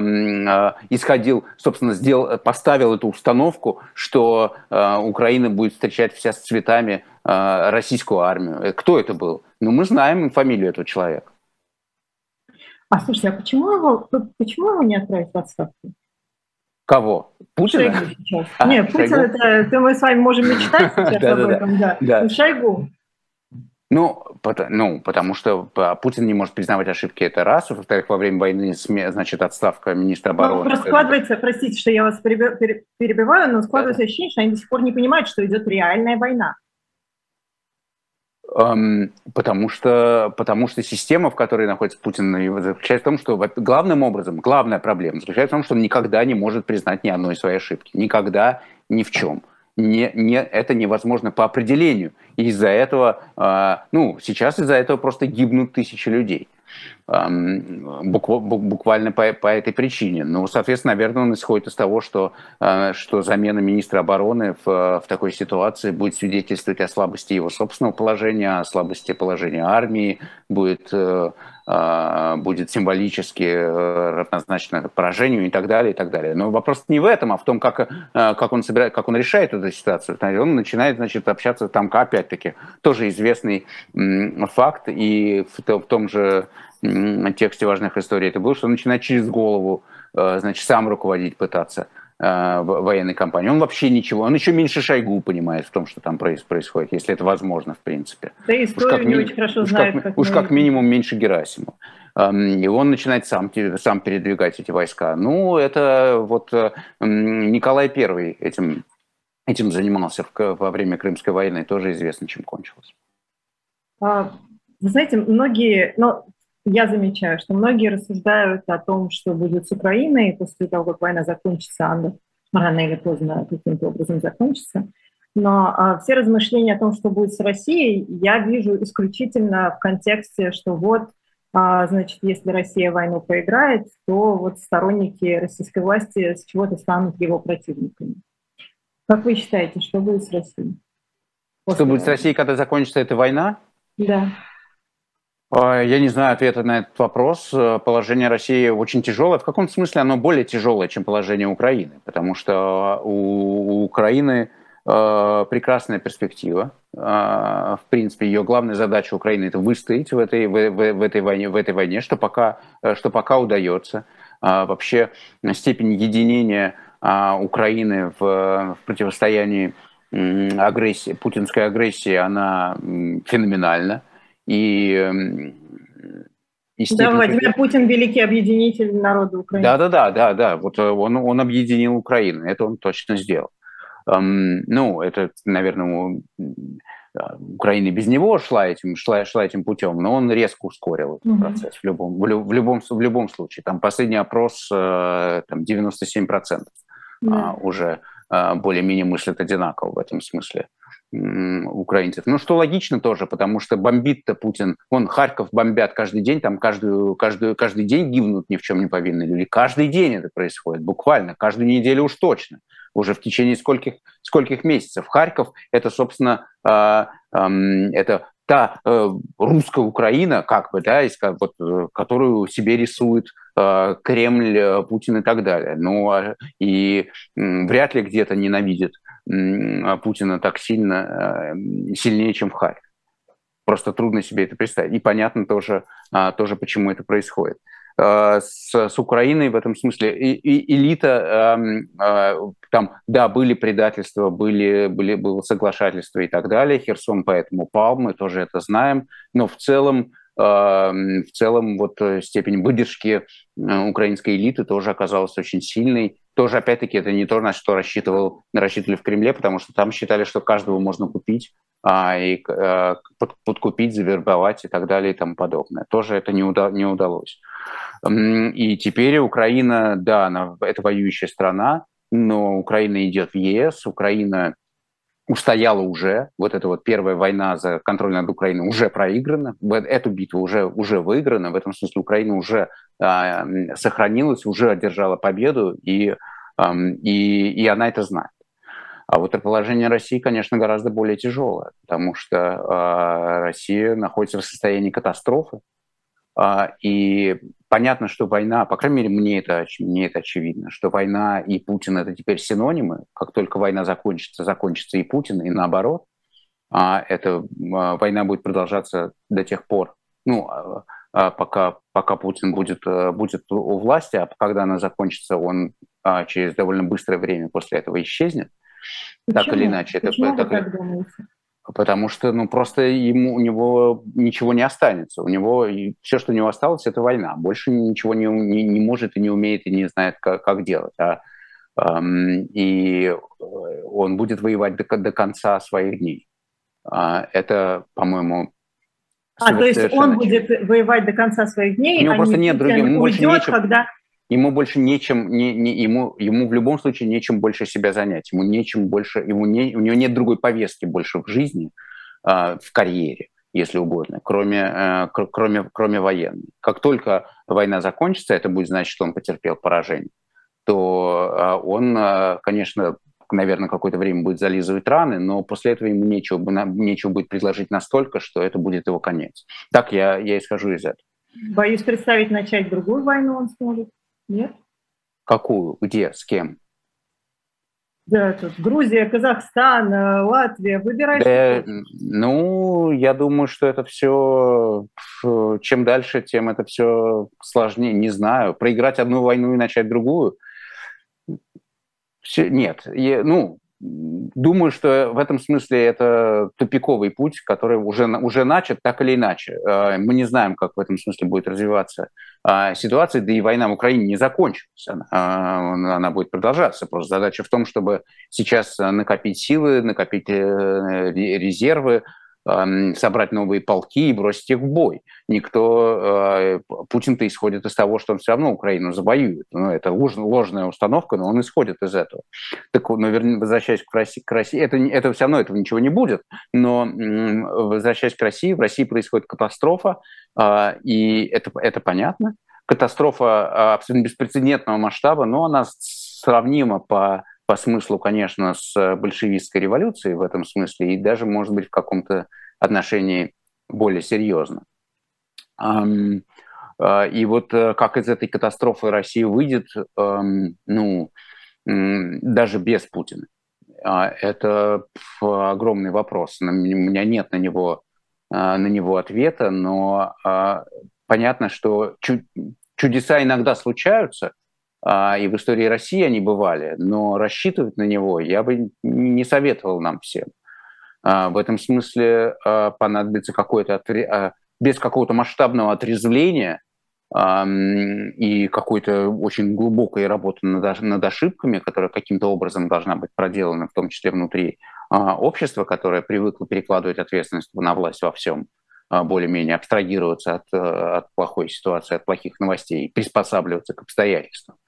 поставил эту установку, что Украина будет встречать вся с цветами российскую армию? Кто это был? Ну, мы знаем фамилию этого человека. Слушайте, почему его не отправить в отставку? Кого? Путина? Шойгу сейчас. Нет, Путин, это мы с вами можем мечтать сейчас об этом, да. Шойгу. Ну, потому что Путин не может признавать ошибки, это раз. Во-вторых, во время войны, значит, отставка министра обороны. Просто складывается, простите, что я вас перебиваю, но складывается ощущение, что они до сих пор не понимают, что идет реальная война. Потому что система, в которой находится Путин, заключается в том, что главная проблема заключается в том, что он никогда не может признать ни одной своей ошибки. Никогда, ни в чем. Это невозможно по определению. И из-за этого, сейчас из-за этого просто гибнут тысячи людей. Буквально по этой причине. Ну, соответственно, наверное, он исходит из того, что замена министра обороны в такой ситуации будет свидетельствовать о слабости его собственного положения, о слабости положения армии, будет символически равнозначно поражению и так далее, и так далее. Но вопрос не в этом, а в том, как он решает эту ситуацию. Он начинает, значит, общаться там, опять-таки, тоже известный факт, и в том же тексте важных историй это было, что он начинает через голову, значит, сам руководить, пытаться военной кампании. Он вообще ничего, он еще меньше Шойгу понимает в том, что там происходит, если это возможно, в принципе. Да и историю не очень хорошо знает. Как минимум меньше Герасимова. И он начинает сам передвигать эти войска. Ну, это вот Николай I этим занимался во время Крымской войны, тоже известно, чем кончилось. Вы знаете, я замечаю, что многие рассуждают о том, что будет с Украиной после того, как война закончится, она рано или поздно каким-то образом закончится. Но все размышления о том, что будет с Россией, я вижу исключительно в контексте, что значит, если Россия войну проиграет, то вот сторонники российской власти с чего-то станут его противниками. Как вы считаете, что будет с Россией? Что будет с Россией, когда закончится эта война? Да. Я не знаю ответа на этот вопрос. Положение России очень тяжелое. В каком смысле оно более тяжелое, чем положение Украины? Потому что у Украины прекрасная перспектива. В принципе, ее главная задача Украины – это выстоять в этой войне, что пока удается. Вообще степень единения Украины в противостоянии путинской агрессии, она феноменальна. Да, Владимир Путин – великий объединитель народа Украины. Да. Вот он объединил Украину, это он точно сделал. Это, наверное, Украина без него шла этим путем, но он резко ускорил этот процесс в любом случае. Там последний опрос, 97% уже более-менее мыслят одинаково в этом смысле украинцев. Ну, что логично тоже, потому что бомбит-то Путин, Харьков бомбят каждый день, там каждый день гибнут ни в чем не повинные люди. Каждый день это происходит, буквально, каждую неделю уж точно. Уже в течение скольких месяцев. Харьков – это, собственно, это та русская Украина, которую себе рисует Кремль, Путин и так далее. И вряд ли где-то ненавидит Путина так сильнее, чем в Харькове. Просто трудно себе это представить. И понятно тоже почему это происходит. С Украиной в этом смысле элита, были предательства, было соглашательство и так далее. Херсон поэтому упал, мы тоже это знаем. Но в целом степень выдержки украинской элиты тоже оказалась очень сильной. Тоже, опять-таки, это не то, на что рассчитывали в Кремле, потому что там считали, что каждого можно купить, и подкупить, завербовать и так далее и тому подобное. Тоже это не удалось. И теперь Украина, это воюющая страна, но Украина идет в ЕС, Украина устояла уже. Вот эта вот первая война за контроль над Украиной уже проиграна. Эту битву уже выиграна. В этом смысле Украина уже сохранилась, уже одержала победу, и она это знает. А вот положение России, конечно, гораздо более тяжелое, потому что Россия находится в состоянии катастрофы. И понятно, что война, по крайней мере, мне это очевидно, что война и Путин — это теперь синонимы. Как только война закончится и Путин, и наоборот. Эта война будет продолжаться до тех пор, пока Путин будет у власти, а когда она закончится, он через довольно быстрое время после этого исчезнет. Почему? Так или иначе. Почему вы так думаете? Потому что, просто у него ничего не останется. Все, что у него осталось, это война. Больше ничего не может и не умеет, и не знает, как делать. И он будет воевать до конца своих дней. Это, по-моему, то есть он будет воевать до конца своих дней, у него просто нет других, ему больше нечем, когда... ему больше нечем, ему в любом случае нечем больше себя занять, ему нечем больше, у него нет другой повестки больше в жизни, в карьере, если угодно, кроме военной. Как только война закончится, это будет значить, что он потерпел поражение, то он, конечно, наверное, какое-то время будет зализывать раны, но после этого ему нечего будет предложить настолько, что это будет его конец. Так я исхожу из этого. Боюсь представить, начать другую войну он сможет. Нет? Какую? Где? С кем? Да, тут Грузия, Казахстан, Латвия. Выбирай. Я думаю, что это все... Чем дальше, тем это все сложнее. Не знаю. Проиграть одну войну и начать другую? Нет. Думаю, что в этом смысле это тупиковый путь, который уже начат, так или иначе. Мы не знаем, как в этом смысле будет развиваться ситуация, да и война в Украине не закончилась. Она будет продолжаться. Просто задача в том, чтобы сейчас накопить силы, накопить резервы, собрать новые полки и бросить их в бой. Путин-то исходит из того, что он все равно Украину завоюет. Это ложная установка, но он исходит из этого. Так, возвращаясь к России, это все равно этого ничего не будет, но возвращаясь к России, в России происходит катастрофа, и это понятно. Катастрофа абсолютно беспрецедентного масштаба, но она сравнима по смыслу, конечно, с большевистской революцией в этом смысле, и даже, может быть, в каком-то отношении более серьезно. И вот как из этой катастрофы Россия выйдет, даже без Путина, это огромный вопрос. У меня нет на него ответа, но понятно, что чудеса иногда случаются, и в истории России они бывали, но рассчитывать на него я бы не советовал нам всем. В этом смысле понадобится без какого-то масштабного отрезвления и какой-то очень глубокой работы над ошибками, которая каким-то образом должна быть проделана, в том числе внутри общества, которое привыкло перекладывать ответственность на власть во всем, более-менее абстрагироваться от плохой ситуации, от плохих новостей, приспосабливаться к обстоятельствам.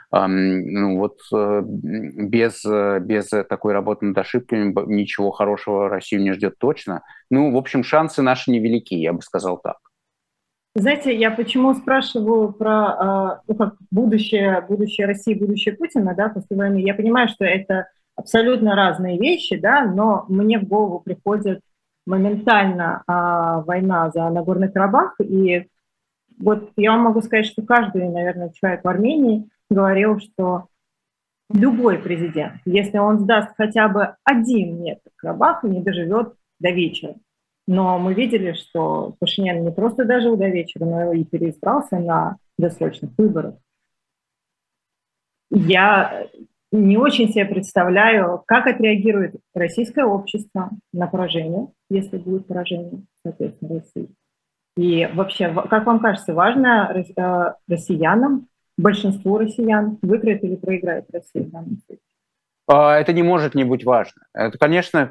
Без такой работы над ошибками ничего хорошего Россию не ждет точно. В общем, шансы наши невелики, я бы сказал так. Знаете, я почему спрашиваю про будущее России, будущее Путина, да, после войны. Я понимаю, что это абсолютно разные вещи, да, но мне в голову приходит моментально война за Нагорный Карабах. И вот я вам могу сказать, что каждый, наверное, человек в Армении говорил, что любой президент, если он сдаст хотя бы 1 метр Карабаха, не доживет до вечера. Но мы видели, что Пашинян не просто дожил до вечера, но и переизбрался на досрочных выборах. Я не очень себе представляю, как отреагирует российское общество на поражение, если будет поражение, соответственно, России. И вообще, как вам кажется, важно россиянам, большинству россиян, выиграет или проиграет Россия в данном случае? Это не может не быть важно. Это, конечно,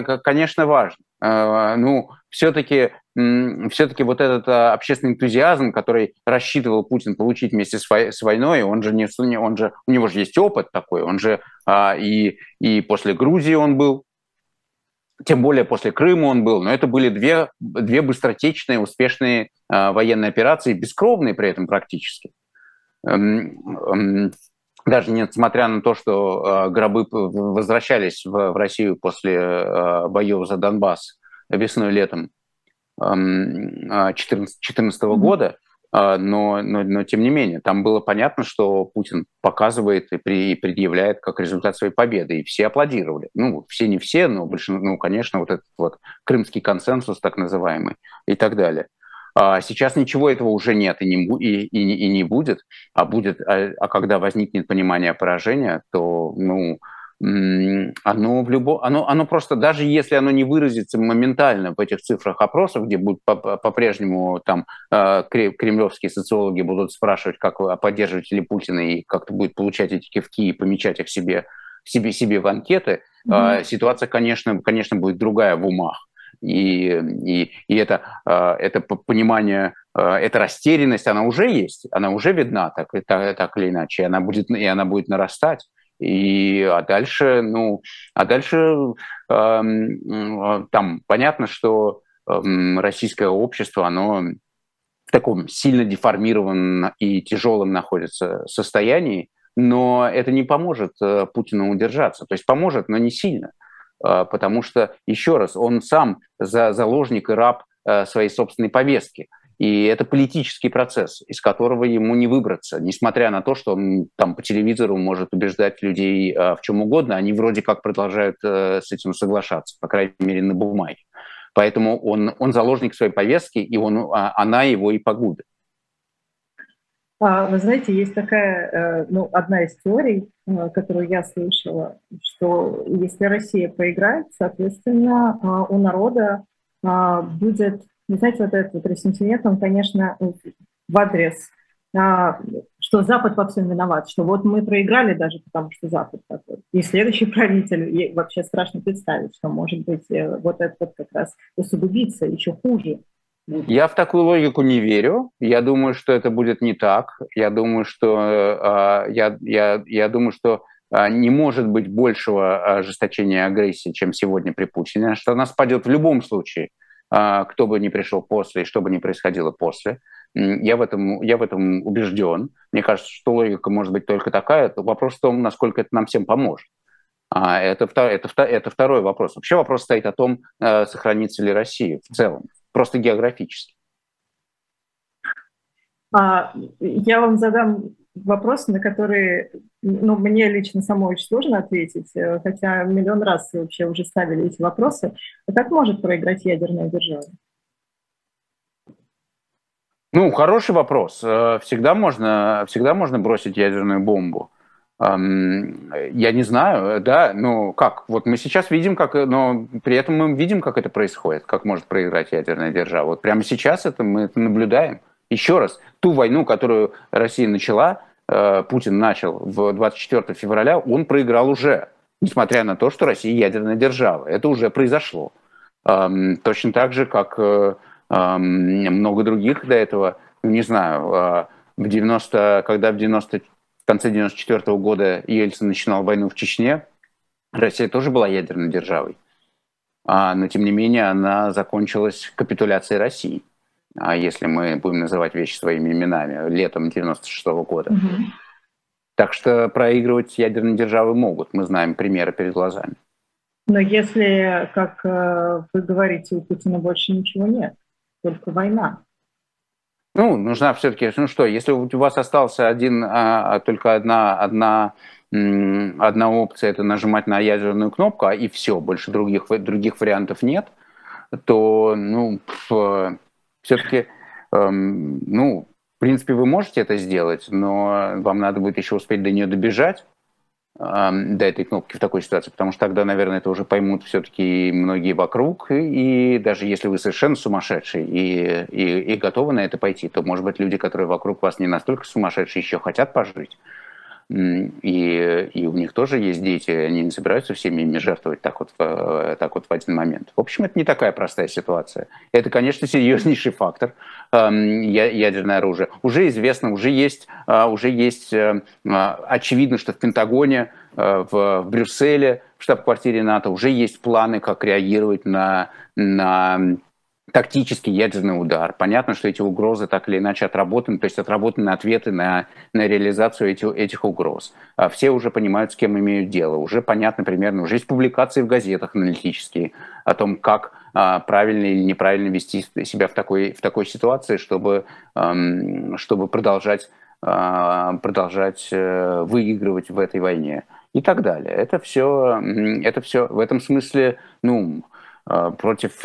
важно. Все-таки вот этот общественный энтузиазм, который рассчитывал Путин получить вместе с войной, у него же есть опыт такой, он же и после Грузии он был, тем более после Крыма он был, но это были две быстротечные, успешные военные операции, бескровные при этом практически. Даже несмотря на то, что гробы возвращались в Россию после боев за Донбасс весной-летом 2014 года, но тем не менее, там было понятно, что Путин показывает и предъявляет как результат своей победы, и все аплодировали. Ну, все не все, но большинство, ну, конечно, вот этот вот крымский консенсус так называемый и так далее. Сейчас ничего этого уже нет и не будет, когда возникнет понимание поражения, то, ну, оно просто, даже если оно не выразится моментально в этих цифрах опросов, где будут по-прежнему там кремлевские социологи будут спрашивать, как вы поддерживаете ли Путина, и как-то будет получать эти кивки и помечать их себе в анкеты, ситуация, конечно, будет другая в умах. И это понимание, эта растерянность, она уже есть, она уже видна так или иначе, и она будет нарастать. Дальше там понятно, что российское общество, оно в таком сильно деформированном и тяжелом находится состоянии, но это не поможет Путину удержаться. То есть поможет, но не сильно. Потому что, еще раз, он сам заложник и раб своей собственной повестки. И это политический процесс, из которого ему не выбраться, несмотря на то, что он там по телевизору может убеждать людей в чем угодно, они вроде как продолжают с этим соглашаться, по крайней мере, на бумаге. Поэтому он заложник своей повестки, и она его и погубит. Вы знаете, есть такая, одна из теорий, которую я слышала, что если Россия проиграет, соответственно, у народа будет, вы знаете, вот этот вот ресентимент, он, конечно, в адрес, что Запад во всем виноват, что вот мы проиграли даже потому, что Запад такой. И следующий правитель, и вообще страшно представить, что может быть вот это вот как раз усугубиться еще хуже. Я в такую логику не верю. Я думаю, что это будет не так. Я думаю, что не может быть большего ожесточения агрессии, чем сегодня при Путине, что она спадет в любом случае, кто бы ни пришел после и что бы ни происходило после. Я в этом убежден. Мне кажется, что логика может быть только такая. Вопрос в том, насколько это нам всем поможет. Это второй вопрос. Вообще вопрос стоит о том, сохранится ли Россия в целом. Просто географически. Я вам задам вопрос, на который мне лично самой очень сложно ответить, хотя миллион раз вообще уже ставили эти вопросы. А как может проиграть ядерная держава? Ну, хороший вопрос. Всегда можно бросить ядерную бомбу. Я не знаю, да, как? Вот мы сейчас видим, но при этом мы видим, как это происходит, как может проиграть ядерная держава. Вот прямо сейчас мы это наблюдаем. Еще раз, ту войну, которую Россия начала, Путин начал в 24 февраля, он проиграл уже, несмотря на то, что Россия ядерная держава. Это уже произошло. Точно так же, как много других до этого, не знаю, в конце 1994 года Ельцин начинал войну в Чечне, Россия тоже была ядерной державой. Но, тем не менее, она закончилась капитуляцией России, если мы будем называть вещи своими именами, летом 1996 года. Угу. Так что проигрывать ядерные державы могут. Мы знаем примеры перед глазами. Но если, как вы говорите, у Путина больше ничего нет, только война. Нужна все-таки, если у вас остался только одна опция, это нажимать на ядерную кнопку, и все, больше других вариантов нет, то, все-таки, в принципе, вы можете это сделать, но вам надо будет еще успеть до нее добежать, до этой кнопки в такой ситуации, потому что тогда, наверное, это уже поймут все-таки многие вокруг, и даже если вы совершенно сумасшедший и готовы на это пойти, то, может быть, люди, которые вокруг вас не настолько сумасшедшие, еще хотят пожить, и у них тоже есть дети, они не собираются всеми ими жертвовать так вот в один момент. В общем, это не такая простая ситуация. Это, конечно, серьезнейший фактор, ядерное оружие. Уже известно, уже есть очевидно, что в Пентагоне, в Брюсселе в штаб-квартире НАТО, уже есть планы, как реагировать на тактический ядерный удар. Понятно, что эти угрозы так или иначе отработаны, то есть отработаны ответы на реализацию этих угроз. Все уже понимают, с кем имеют дело. Уже понятно примерно, уже есть публикации в газетах аналитические о том, как правильно или неправильно вести себя в такой ситуации, чтобы продолжать выигрывать в этой войне и так далее. Это все в этом смысле, против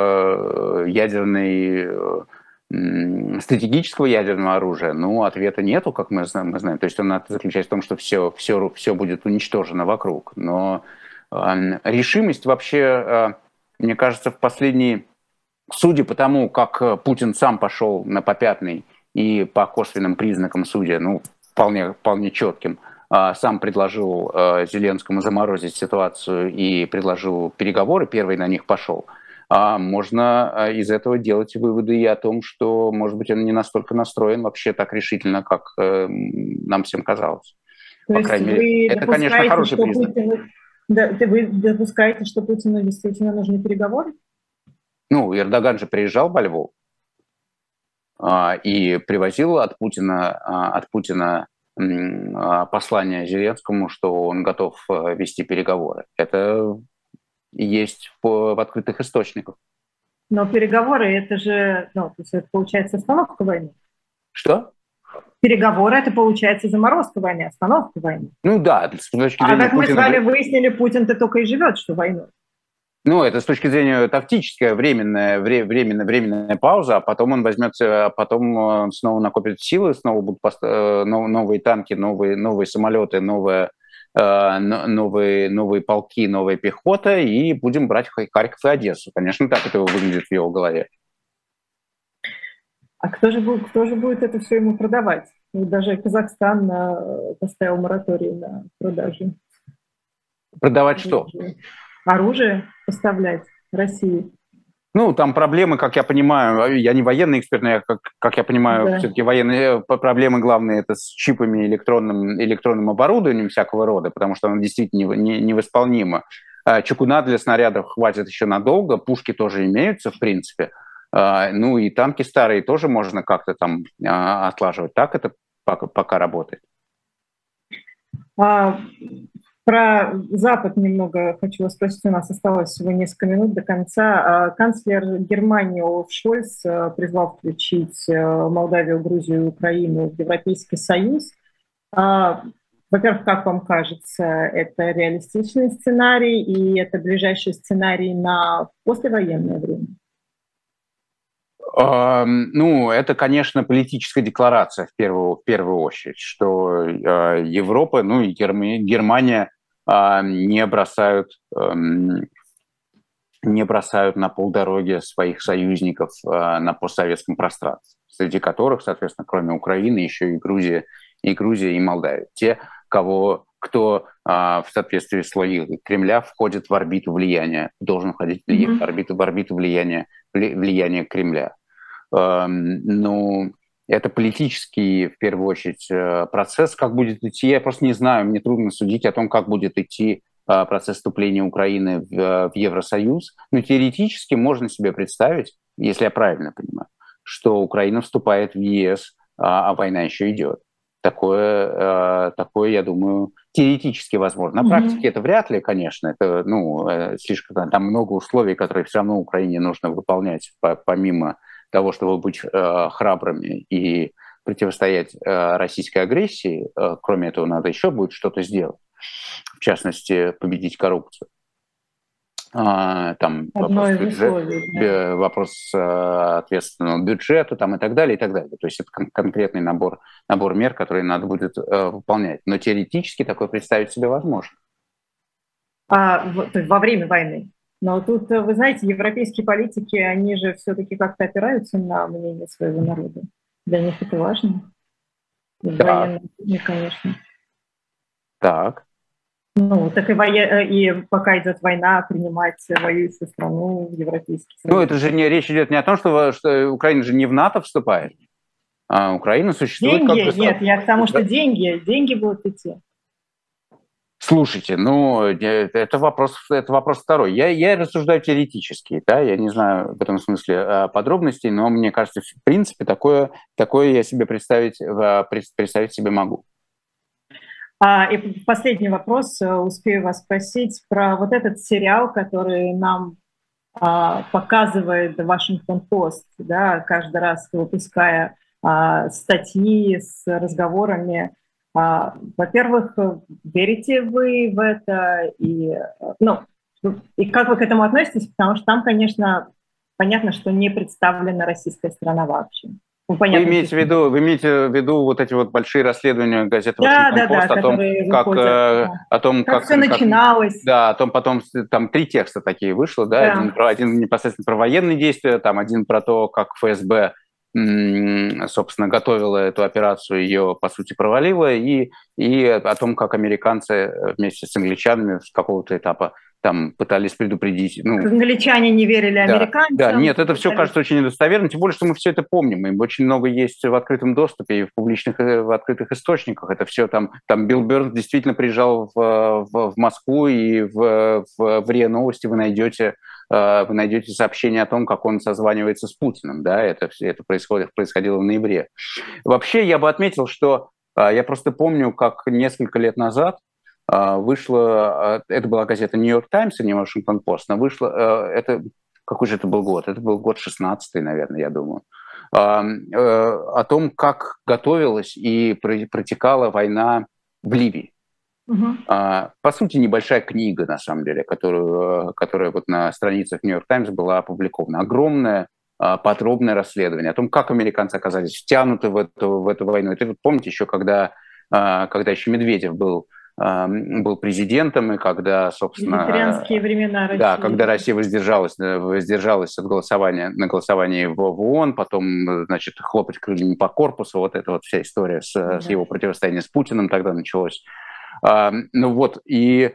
стратегического ядерного оружия, ответа нету, как мы знаем. То есть он заключается в том, что все будет уничтожено вокруг. Но решимость вообще, мне кажется, судя по тому, как Путин сам пошел на попятный и по косвенным признакам, судя, вполне четким, сам предложил Зеленскому заморозить ситуацию и предложил переговоры, первый на них пошел. Можно из этого делать выводы и о том, что, может быть, он не настолько настроен вообще так решительно, как нам всем казалось. По крайней мере, это, конечно, хороший признак. Вы допускаете, что Путину действительно нужны переговоры? Эрдоган же приезжал во Львов и привозил от Путина послание Зеленскому, что он готов вести переговоры. Это есть в открытых источниках. Но переговоры, это же, то есть это получается остановка войны. Что? Переговоры, это получается заморозка войны, остановка войны. Да. С точки зрения как мы с вами выяснили, Путин-то только и живет, что войной. Это с точки зрения тактическая временная пауза, а потом он возьмется, потом снова накопит силы, снова будут новые танки, новые самолеты, новые полки, новая пехота, и будем брать Харьков и Одессу. Конечно, так это выглядит в его голове. А кто же будет это все ему продавать? Даже Казахстан поставил мораторий на продажу. Продавать что? Оружие поставлять России. Там проблемы, как я понимаю, я не военный эксперт, но как я понимаю, все-таки военные проблемы главные это с чипами, электронным оборудованием всякого рода, потому что оно действительно невосполнимо. Чугуна для снарядов хватит еще надолго, пушки тоже имеются, в принципе. И танки старые тоже можно как-то там отлаживать. Так это пока работает. Про Запад немного хочу вас спросить, у нас осталось всего несколько минут до конца. Канцлер Германии Олаф Шольц призвал включить Молдавию, Грузию и Украину в Европейский Союз. Во-первых, как вам кажется, это реалистичный сценарий и это ближайший сценарий на послевоенное время? Это, конечно, политическая декларация в первую очередь, что Европа, и Германия не бросают на полдороги своих союзников на постсоветском пространстве, среди которых, соответственно, кроме Украины, еще и Грузия, и Молдавия. Те, кто в соответствии с логикой Кремля входит в орбиту влияния, должен входить в орбиту влияния Кремля. Это политический, в первую очередь, процесс. Как будет идти, я просто не знаю, мне трудно судить о том, как будет идти процесс вступления Украины в Евросоюз. Но теоретически можно себе представить, если я правильно понимаю, что Украина вступает в ЕС, а война еще идет. Такое, я думаю, теоретически возможно. На практике это вряд ли, конечно. Это, слишком там много условий, которые все равно Украине нужно выполнять, помимо того, чтобы быть храбрыми и противостоять российской агрессии. Кроме этого, надо еще будет что-то сделать. В частности, победить коррупцию. Там вопрос ответственного бюджета и так далее, и так далее. То есть это конкретный набор мер, которые надо будет выполнять. Но теоретически такое представить себе возможно. Во время войны? Но тут, вы знаете, европейские политики, они же все-таки как-то опираются на мнение своего народа. Для них это важно. В военном плане, конечно. Так. Так и пока идет война, принимать воюющую страну в Европейский Союз. Это же речь идет не о том, что Украина же не в НАТО вступает, а Украина существует деньги, нет, я к тому, что деньги будут идти. Слушайте, ну, это вопрос второй. Я рассуждаю теоретически, да, я не знаю в этом смысле подробностей, но мне кажется, в принципе, такое я себе представить себе могу. И последний вопрос, успею вас спросить про вот этот сериал, который нам показывает Вашингтон-Пост, да, каждый раз выпуская статьи с разговорами. Во-первых, верите вы в это? И как вы к этому относитесь? Потому что там, конечно, понятно, что не представлена российская страна вообще. Вы имеете в виду вот эти вот большие расследования газеты «Вашингтон-Пост» о том, как все начиналось. Да, о том потом, там 3 текста такие вышло, да, один непосредственно про военные действия, там один про то, как ФСБ, собственно, готовила эту операцию, ее, по сути, провалила, и о том, как американцы вместе с англичанами с какого-то этапа там пытались предупредить. Англичане не верили американцам. Да, нет, это все кажется очень недостоверным, тем более, что мы все это помним, и очень много есть в открытом доступе и в открытых источниках. Это все там Билл Бёрнс действительно приезжал в Москву, и в РИА Новости вы найдете сообщение о том, как он созванивается с Путиным, да, это происходило в ноябре. Вообще, я бы отметил, что я просто помню, как несколько лет назад вышла, это была газета «Нью-Йорк Таймс», а не «Вашингтон-Пост», но вышла, какой же это был год? Это был год 16-й, наверное, я думаю, о том, как готовилась и протекала война в Ливии. По сути, небольшая книга, на самом деле, которая вот на страницах «Нью-Йорк Таймс» была опубликована. Огромное, подробное расследование о том, как американцы оказались втянуты в эту войну. Это вы помните еще, когда еще Медведев был президентом, и когда, собственно... Вегетарианские времена России. Да, когда Россия воздержалась от голосования на голосовании в ООН, потом, значит, хлопать крыльями по корпусу, вот эта вот вся история с его противостоянием с Путиным тогда началась. Ну вот, и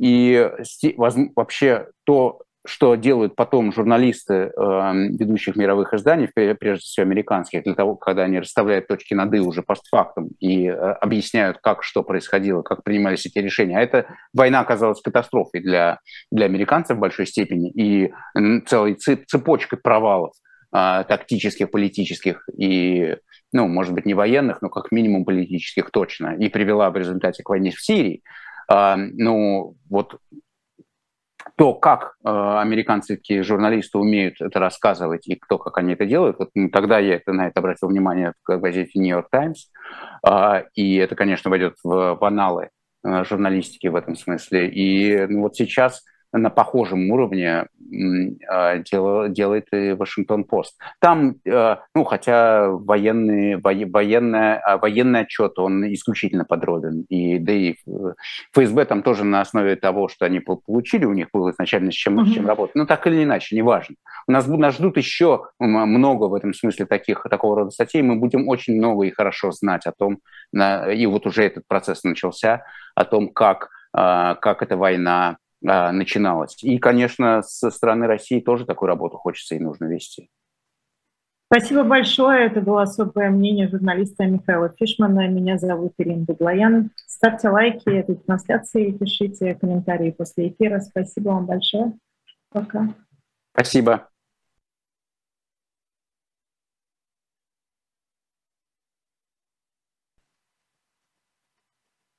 вообще то, что делают потом журналисты ведущих мировых изданий, прежде всего американских, для того, когда они расставляют точки над «и» уже постфактум и объясняют, как что происходило, как принимались эти решения. А эта война оказалась катастрофой для американцев в большой степени и целой цепочкой провалов тактических, политических и, ну, может быть, не военных, но как минимум политических точно, и привела в результате к войне в Сирии. Ну, вот то, как американские журналисты умеют это рассказывать и как они это делают, вот тогда я на это обратил внимание в газете «Нью-Йорк Таймс», и это, конечно, войдет в аналы журналистики в этом смысле. И вот сейчас на похожем уровне делает и Вашингтон-Пост. Там, ну, хотя военный отчет, он исключительно подробен. Да и ФСБ там тоже на основе того, что они получили, у них было изначально с чем работать. Но так или иначе, неважно. Нас ждут еще много в этом смысле такого рода статей. Мы будем очень много и хорошо знать о том, и вот уже этот процесс начался, о том, как эта война начиналось. И, конечно, со стороны России тоже такую работу хочется и нужно вести. Спасибо большое. Это было особое мнение журналиста Михаила Фишмана. Меня зовут Ирина Буглоян. Ставьте лайки этой трансляции, пишите комментарии после эфира. Спасибо вам большое. Пока. Спасибо.